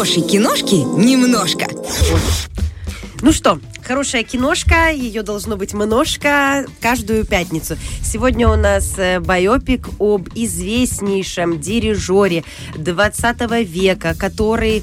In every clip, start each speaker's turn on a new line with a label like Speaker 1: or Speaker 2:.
Speaker 1: хорошей киношки немножко.
Speaker 2: Ну что, хорошая киношка, ее должно быть множко каждую пятницу. Сегодня у нас байопик об известнейшем дирижере 20 века, который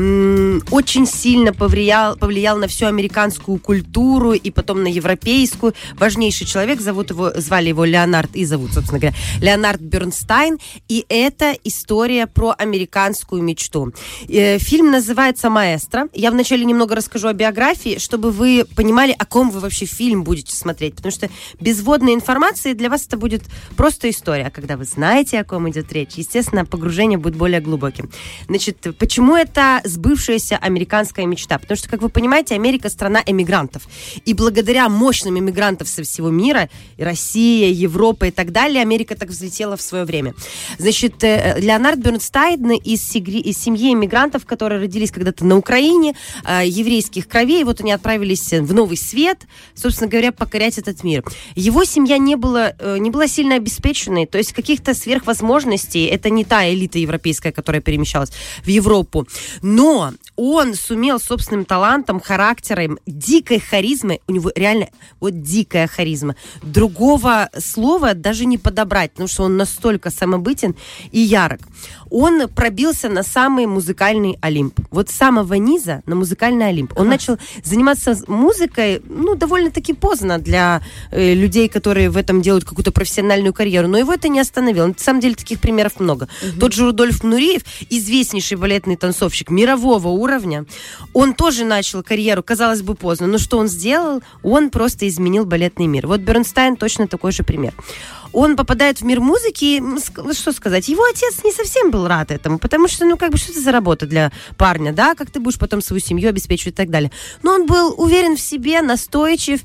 Speaker 2: очень сильно повлиял на всю американскую культуру и потом на европейскую. Важнейший человек, звали его Леонард, и зовут, собственно говоря, Леонард Бернстайн. И это история про американскую мечту. Фильм называется «Маэстро». Я вначале немного расскажу о биографии, чтобы вы понимали, о ком вы вообще фильм будете смотреть. Потому что без вводной информации для вас это будет просто история. А когда вы знаете, о ком идет речь, естественно, погружение будет более глубоким. Значит, почему это сбывшаяся американская мечта? Потому что, как вы понимаете, Америка — страна эмигрантов. И благодаря мощным эмигрантам со всего мира, Россия, Европа и так далее, Америка так взлетела в свое время. Значит, Леонард Бернстайн из семьи эмигрантов, которые родились когда-то на Украине, еврейских кровей, вот они отправились в новый свет, собственно говоря, покорять этот мир. Его семья не была сильно обеспеченной, то есть каких-то сверхвозможностей, это не та элита европейская, которая перемещалась в Европу, но он сумел собственным талантом, характером, дикой харизмой, у него реально вот дикая харизма, другого слова даже не подобрать, потому что он настолько самобытен и ярок. Он пробился на самый музыкальный Олимп. Вот с самого низа на музыкальный Олимп. Он начал заниматься музыкой, довольно-таки поздно для людей, которые в этом делают какую-то профессиональную карьеру. Но его это не остановило. На самом деле таких примеров много. Тот же Рудольф Нуриев, известнейший балетный танцовщик мирового уровня, он тоже начал карьеру, казалось бы, поздно. Но что он сделал? Он просто изменил балетный мир. Вот Бернстайн точно такой же пример. Он попадает в мир музыки, что сказать, его отец не совсем был рад этому, потому что, что это за работа для парня, да, как ты будешь потом свою семью обеспечивать и так далее. Но он был уверен в себе, настойчив,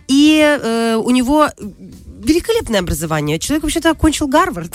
Speaker 2: и у него великолепное образование. Человек вообще-то окончил Гарвард.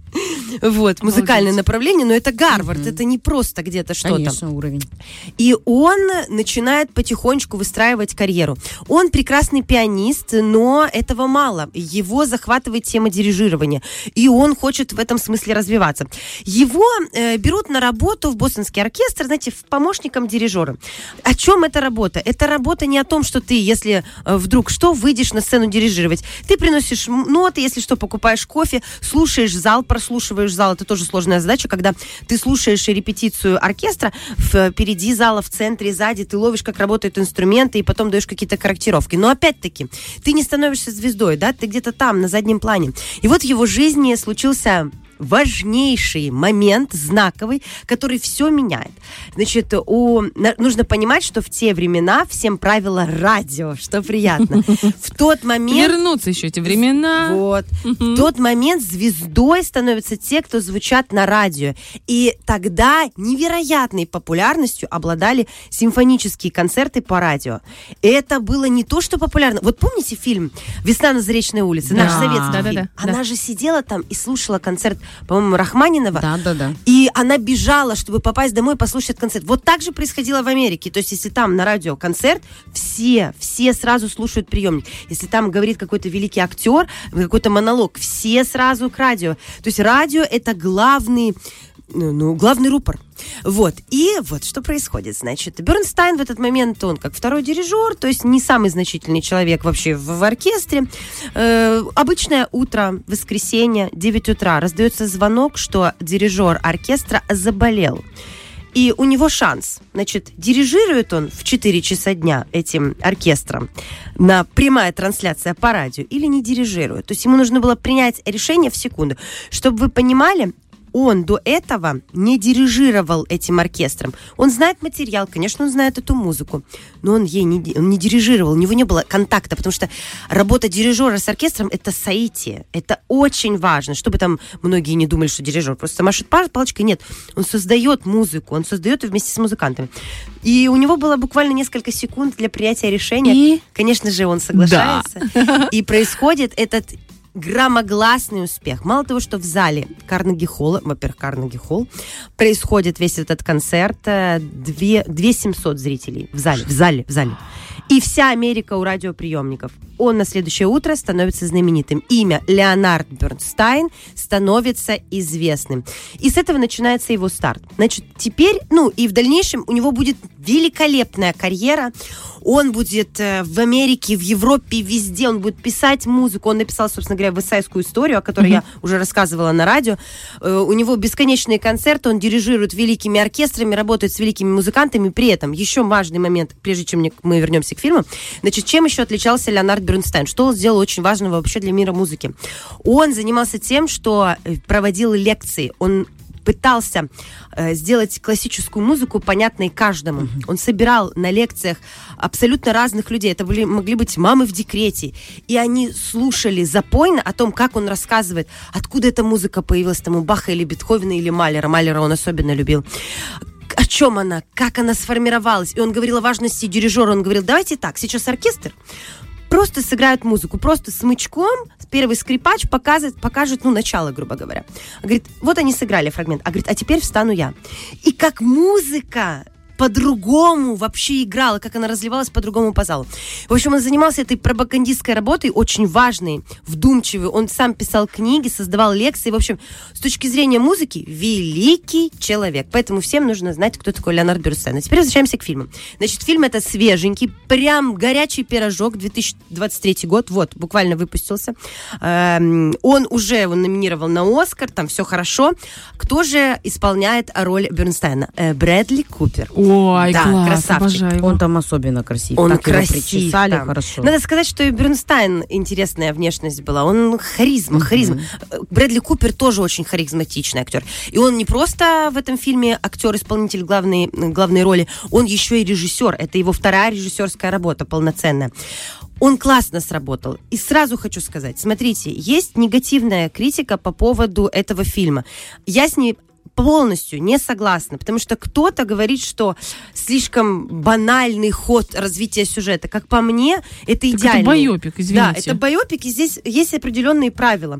Speaker 2: Вот, музыкальное направление, но это Гарвард, это не просто где-то что-то.
Speaker 3: Конечно, уровень.
Speaker 2: И он начинает потихонечку выстраивать карьеру. Он прекрасный пианист, но этого мало. Его захватывает тема дирижирования, и он хочет в этом смысле развиваться. Его берут на работу в бостонский оркестр, знаете, помощником дирижера. О чем эта работа? Это работа не о том, что ты, если вдруг выйдешь на сцену дирижировать, ты приносишь ноты, если что, покупаешь кофе, слушаешь зал, прослушиваешь зал. Это тоже сложная задача, когда ты слушаешь репетицию оркестра впереди зала, в центре, сзади, ты ловишь, как работают инструменты, и потом даешь какие-то корректировки. Но опять-таки, ты не становишься звездой, да, ты где-то там, на заднем плане. И вот в его жизни случился важнейший момент, знаковый, который все меняет. Значит, нужно понимать, что в те времена всем правило радио, что приятно. В тот момент...
Speaker 3: Вернутся еще эти времена.
Speaker 2: Вот. В тот момент звездой становятся те, кто звучат на радио. И тогда невероятной популярностью обладали симфонические концерты по радио. Это было не то, что популярно. Вот помните фильм «Весна на Заречной улице», наш советский фильм? Она же сидела там и слушала концерт, по-моему, Рахманинова.
Speaker 3: Да.
Speaker 2: И она бежала, чтобы попасть домой и послушать этот концерт. Вот так же происходило в Америке. То есть, если там на радио концерт, все сразу слушают приемник. Если там говорит какой-то великий актер, какой-то монолог, все сразу к радио. То есть, радио — это главный рупор. Вот. И вот что происходит. Значит, Бернстайн в этот момент, он как второй дирижер, то есть не самый значительный человек вообще в оркестре. Обычное утро, воскресенье, 9 утра, раздается звонок, что дирижер оркестра заболел. И у него шанс. Значит, дирижирует он в 4 часа дня этим оркестром на прямая трансляция по радио или не дирижирует. То есть ему нужно было принять решение в секунду. Чтобы вы понимали, он до этого не дирижировал этим оркестром. Он знает материал, конечно, он знает эту музыку, но он не дирижировал, у него не было контакта, потому что работа дирижера с оркестром — это соитие, это очень важно, чтобы там многие не думали, что дирижер просто машет палочкой. Нет, он создает музыку, он создает ее вместе с музыкантами. И у него было буквально несколько секунд для принятия решения. И, конечно же, он соглашается. Да. И происходит этот громогласный успех. Мало того, что в зале Карнеги-холла, во-первых, Карнеги-холл, происходит весь этот концерт, 2700 зрителей в зале. И вся Америка у радиоприемников. он на следующее утро становится знаменитым. Имя Леонард Бернстайн становится известным. И с этого начинается его старт. Значит, теперь, и в дальнейшем у него будет великолепная карьера. Он будет в Америке, в Европе, везде. Он будет писать музыку. Он написал, собственно говоря, «Высайскую историю», о которой я уже рассказывала на радио. У него бесконечные концерты. Он дирижирует великими оркестрами, работает с великими музыкантами. При этом еще важный момент, прежде чем мы вернемся к фильму. Значит, чем еще отличался Леонард Бернстайн? Что он сделал очень важного вообще для мира музыки? Он занимался тем, что проводил лекции. Он пытался сделать классическую музыку понятной каждому. Он собирал на лекциях абсолютно разных людей. Это могли быть мамы в декрете. И они слушали запойно о том, как он рассказывает, откуда эта музыка появилась, там, у Баха или Бетховена или Малера. Малера он особенно любил. О чем она, как она сформировалась. И он говорил о важности дирижера. Он говорил, давайте так, сейчас оркестр просто сыграют музыку, просто смычком первый скрипач покажет, начало, грубо говоря. Говорит, вот они сыграли фрагмент. А говорит, а теперь встану я. И как музыка по-другому вообще играла, как она разливалась по-другому по залу. В общем, он занимался этой пропагандистской работой, очень важной, вдумчивой. Он сам писал книги, создавал лекции. В общем, с точки зрения музыки, великий человек. Поэтому всем нужно знать, кто такой Леонард Бернстайн. А теперь возвращаемся к фильму. Значит, фильм это свеженький, прям горячий пирожок, 2023 год, вот, буквально выпустился. Он номинировал на Оскар, там все хорошо. Кто же исполняет роль Бернстайна? Брэдли Купер.
Speaker 3: Ой,
Speaker 2: да,
Speaker 3: класс,
Speaker 2: красавчик.
Speaker 3: Обожаю его.
Speaker 4: Он там особенно красив.
Speaker 2: Он
Speaker 4: так
Speaker 2: красив,
Speaker 4: его причесали
Speaker 2: да.
Speaker 4: хорошо.
Speaker 2: Надо сказать, что и Бернстайн интересная внешность была. Он харизма. Брэдли Купер тоже очень харизматичный актер. И он не просто в этом фильме актер-исполнитель главной роли, он еще и режиссер. Это его вторая режиссерская работа полноценная. Он классно сработал. И сразу хочу сказать, смотрите, есть негативная критика по поводу этого фильма. Я с ней полностью не согласна, потому что кто-то говорит, что слишком банальный ход развития сюжета. Как по мне, это идеально.
Speaker 3: Это байопик, извините.
Speaker 2: Да, это байопик, и здесь есть определенные правила.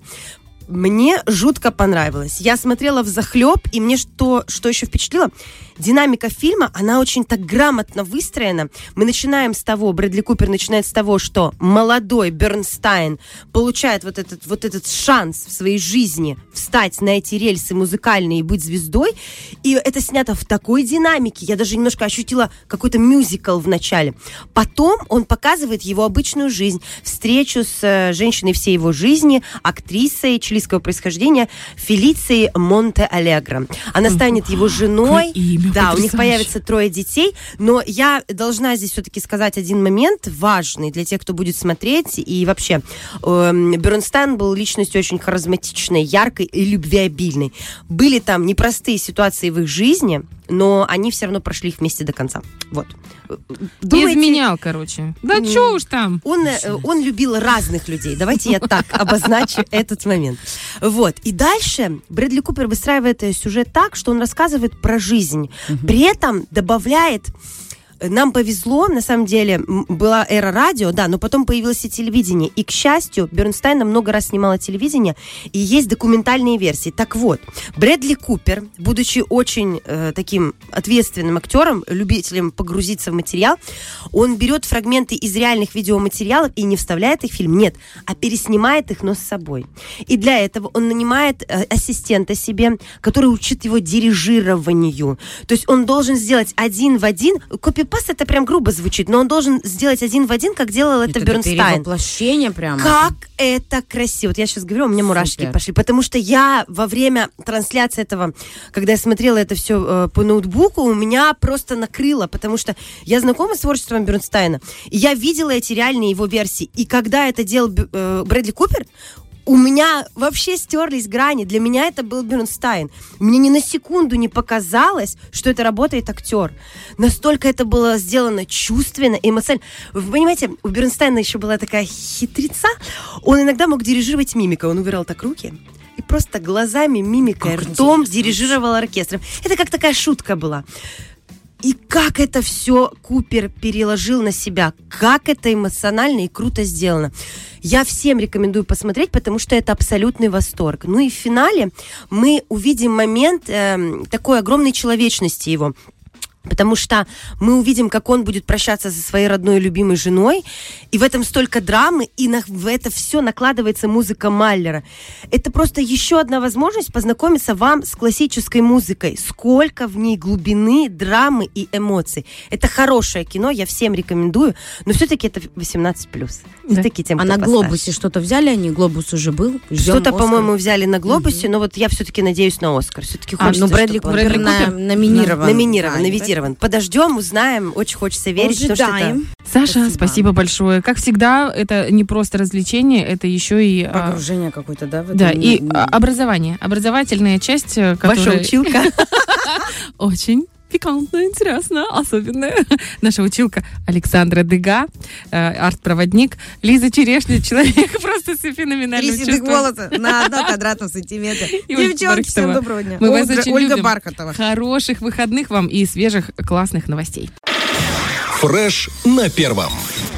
Speaker 2: Мне жутко понравилось. Я смотрела взахлеб, и мне что еще впечатлило? Динамика фильма, она очень так грамотно выстроена. Мы начинаем с того, Брэдли Купер начинает с того, что молодой Бернстайн получает вот этот шанс в своей жизни встать на эти рельсы музыкальные и быть звездой. И это снято в такой динамике. Я даже немножко ощутила какой-то мюзикл в начале. Потом он показывает его обычную жизнь, встречу с женщиной всей его жизни, актрисой чилийского происхождения Фелицией Монте-Алегро. Она станет его женой. Да, у них появится 3 детей, но я должна здесь все-таки сказать один момент важный для тех, кто будет смотреть, и вообще Бернстайн был личностью очень харизматичной, яркой и любвеобильной. Были там непростые ситуации в их жизни, но они все равно прошли их вместе до конца. Вот.
Speaker 3: Думаете, изменял, короче. Да что уж там.
Speaker 2: Он любил разных людей. Давайте я так обозначу этот момент. Вот. И дальше Брэдли Купер выстраивает сюжет так, что он рассказывает про жизнь. При этом добавляет... Нам повезло, на самом деле, была эра радио, да, но потом появилось и телевидение. И, к счастью, Бернстайн много раз снимала телевидение, и есть документальные версии. Так вот, Брэдли Купер, будучи очень таким ответственным актером, любителем погрузиться в материал, он берет фрагменты из реальных видеоматериалов и не вставляет их в фильм, нет, а переснимает их, но с собой. И для этого он нанимает ассистента себе, который учит его дирижированию. То есть он должен сделать один в один, копипаст это прям грубо звучит, но он должен сделать один в один, как делал это Бернстайн.
Speaker 4: Перевоплощение прямо.
Speaker 2: Как это красиво. Вот я сейчас говорю, у меня мурашки пошли, потому что я во время трансляции этого, когда я смотрела это все по ноутбуку, у меня просто накрыло, потому что я знакома с творчеством Бернстайна, и я видела эти реальные его версии. И когда это делал Брэдли Купер, у меня вообще стерлись грани. Для меня это был Бернстайн. Мне ни на секунду не показалось, что это работает актер. Настолько это было сделано чувственно, эмоционально. Вы понимаете, у Бернстайна еще была такая хитреца. Он иногда мог дирижировать мимикой. Он убирал так руки и просто глазами, мимикой, ртом дирижировал оркестром. Это как такая шутка была. И как это все Купер переложил на себя, как это эмоционально и круто сделано. Я всем рекомендую посмотреть, потому что это абсолютный восторг. Ну и в финале мы увидим момент такой огромной человечности его. Потому что мы увидим, как он будет прощаться со своей родной любимой женой, и в этом столько драмы, и в это все накладывается музыка Маллера. Это просто еще одна возможность познакомиться вам с классической музыкой. Сколько в ней глубины, драмы и эмоций. Это хорошее кино, я всем рекомендую, но все-таки это 18+.
Speaker 3: Да.
Speaker 2: Все-таки тем,
Speaker 4: А
Speaker 2: кто
Speaker 4: на
Speaker 2: постарше.
Speaker 4: «Глобусе» что-то взяли они? «Глобус» уже был? Ждем
Speaker 2: Что-то,
Speaker 4: «Оскар».
Speaker 2: по-моему, взяли на «Глобусе», но вот я все-таки надеюсь на «Оскар». Все-таки хочется,
Speaker 4: Брэдли
Speaker 2: чтобы он-
Speaker 4: Купер номинирован.
Speaker 2: Номинирован. Подождем, узнаем. Очень хочется верить, потому что это...
Speaker 4: Ожидаем.
Speaker 3: Саша, спасибо большое. Как всегда, это не просто развлечение, это еще и...
Speaker 4: Погружение какое-то, да? в это
Speaker 3: Да, и образование. Образовательная часть,
Speaker 2: Ваша
Speaker 3: которая
Speaker 2: училка.
Speaker 3: очень пикантная, интересная, особенная. Наша училка Александра Дега, арт-проводник, Лиза Черешня, человек просто с феноменальным
Speaker 4: 3 седых
Speaker 3: чувством.
Speaker 4: волоса на 1 квадратном сантиметре.
Speaker 3: И Ольга
Speaker 4: Девчонки, всем
Speaker 3: Бархатова.
Speaker 4: доброго дня.
Speaker 3: Мы вас очень
Speaker 4: Ольга
Speaker 3: любим.
Speaker 4: Бархатова.
Speaker 3: Хороших выходных вам и свежих классных новостей.
Speaker 5: Фреш на первом.